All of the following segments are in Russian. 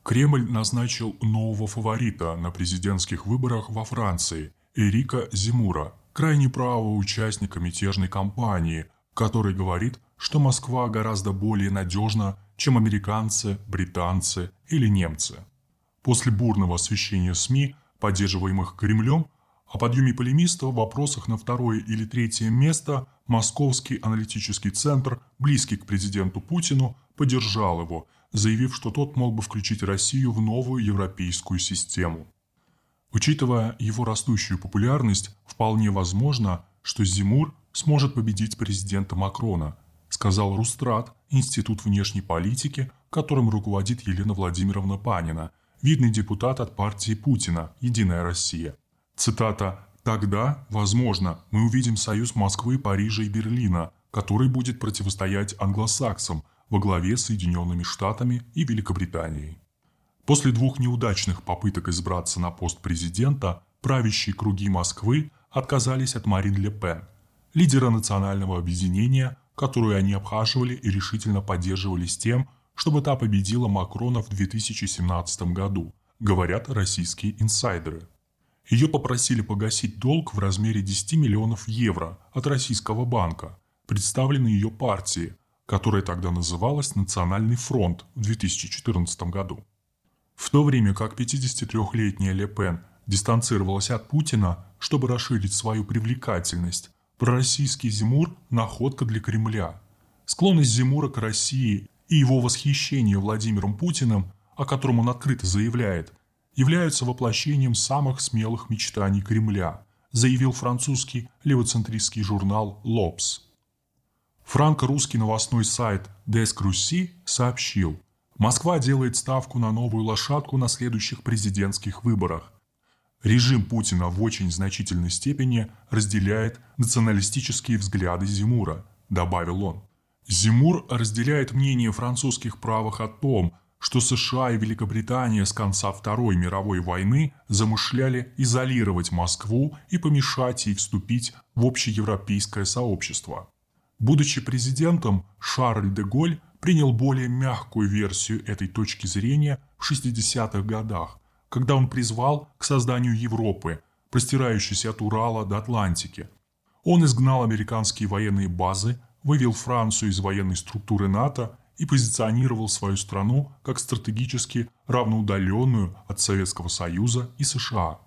Кремль назначил нового фаворита на президентских выборах во Франции – Эрика Земмура, крайне правого участника мятежной кампании, который говорит, что Москва гораздо более надежна, чем американцы, британцы или немцы. После бурного освещения СМИ, поддерживаемых Кремлем, о подъеме полемистов в вопросах на второе или третье место Московский аналитический центр, близкий к президенту Путину, поддержал его, заявив, что тот мог бы включить Россию в новую европейскую систему. Учитывая его растущую популярность, вполне возможно, что Земмур сможет победить президента Макрона, сказал Русстрат, Институт внешней политики, которым руководит Елена Владимировна Панина, видный депутат от партии Путина «Единая Россия». Цитата: «Тогда, возможно, мы увидим союз Москвы, Парижа и Берлина, который будет противостоять англосаксам во главе с Соединенными Штатами и Великобританией». После двух неудачных попыток избраться на пост президента, правящие круги Москвы отказались от Марин Ле Пен, лидера национального объединения, которую они обхаживали и решительно поддерживали с тем, чтобы та победила Макрона в 2017 году, говорят российские инсайдеры. Ее попросили погасить долг в размере 10 миллионов евро от Российского банка, представленный ее партией, которая тогда называлась «Национальный фронт» в 2014 году. В то время как 53-летняя Ле Пен дистанцировалась от Путина, чтобы расширить свою привлекательность, пророссийский Земмур – находка для Кремля. Склонность Земмура к России и его восхищение Владимиром Путиным, о котором он открыто заявляет, являются воплощением самых смелых мечтаний Кремля, заявил французский левоцентристский журнал «Лобс». Франко-русский новостной сайт Desk Russie сообщил: Москва делает ставку на новую лошадку на следующих президентских выборах. Режим Путина в очень значительной степени разделяет националистические взгляды Земмура, добавил он. Земмур разделяет мнение французских правых о том, что США и Великобритания с конца Второй мировой войны замышляли изолировать Москву и помешать ей вступить в общеевропейское сообщество. Будучи президентом, Шарль де Голль принял более мягкую версию этой точки зрения в 60-х годах, когда он призвал к созданию Европы, простирающейся от Урала до Атлантики. Он изгнал американские военные базы, вывел Францию из военной структуры НАТО и позиционировал свою страну как стратегически равноудаленную от Советского Союза и США.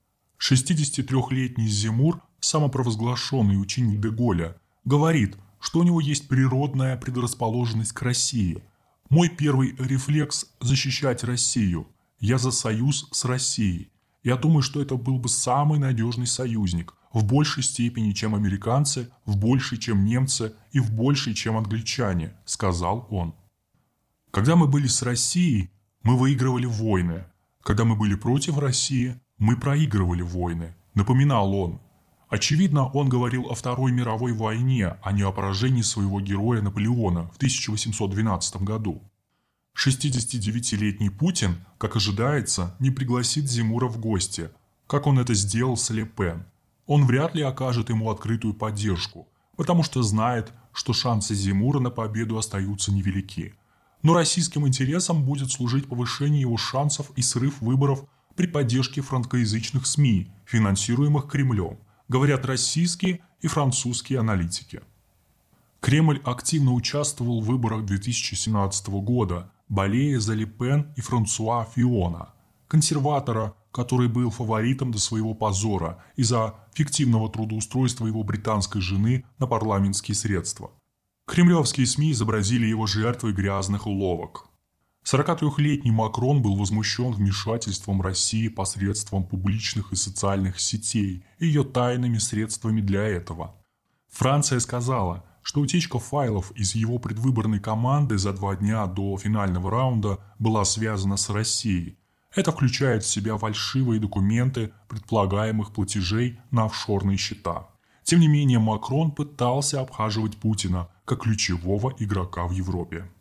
63-летний Земмур, самопровозглашенный ученик де Голля, говорит, что у него есть природная предрасположенность к России. «Мой первый рефлекс – защищать Россию. Я за союз с Россией. Я думаю, что это был бы самый надежный союзник, в большей степени, чем американцы, в большей, чем немцы и в большей, чем англичане», – сказал он. «Когда мы были с Россией, мы выигрывали войны. Когда мы были против России, мы проигрывали войны», – напоминал он. Очевидно, он говорил о Второй мировой войне, а не о поражении своего героя Наполеона в 1812 году. 69-летний Путин, как ожидается, не пригласит Земмура в гости, как он это сделал с Ле Пен. Он вряд ли окажет ему открытую поддержку, потому что знает, что шансы Земмура на победу остаются невелики. Но российским интересам будет служить повышение его шансов и срыв выборов при поддержке франкоязычных СМИ, финансируемых Кремлем, говорят российские и французские аналитики. Кремль активно участвовал в выборах 2017 года, болея за Ле Пен и Франсуа Фиона, консерватора, который был фаворитом до своего позора из-за фиктивного трудоустройства его британской жены на парламентские средства. Кремлевские СМИ изобразили его жертвой грязных уловок. 43-летний Макрон был возмущен вмешательством России посредством публичных и социальных сетей и ее тайными средствами для этого. Франция сказала, что утечка файлов из его предвыборной команды за 2 дня до финального раунда была связана с Россией. Это включает в себя фальшивые документы предполагаемых платежей на офшорные счета. Тем не менее, Макрон пытался обхаживать Путина как ключевого игрока в Европе.